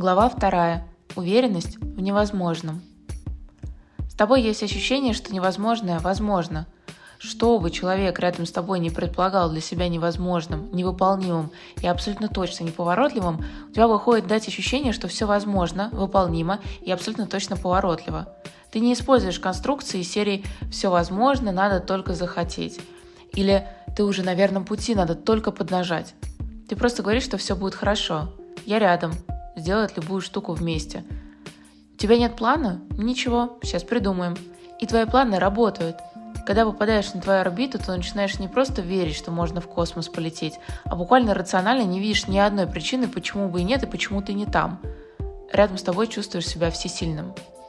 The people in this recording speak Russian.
Глава 2. Уверенность в невозможном. С тобой есть ощущение, что невозможное возможно. Что бы человек рядом с тобой не предполагал для себя невозможным, невыполнимым и абсолютно точно неповоротливым, у тебя выходит дать ощущение, что все возможно, выполнимо и абсолютно точно поворотливо. Ты не используешь конструкции из серии «все возможно, надо только захотеть» или «ты уже на верном пути, надо только поднажать». Ты просто говоришь, что все будет хорошо. Я рядом. Сделать любую штуку вместе. У тебя нет плана? Ничего, сейчас придумаем. И твои планы работают. Когда попадаешь на твою орбиту, ты начинаешь не просто верить, что можно в космос полететь, а буквально рационально не видишь ни одной причины, почему бы и нет, и почему ты не там. Рядом с тобой чувствуешь себя всесильным.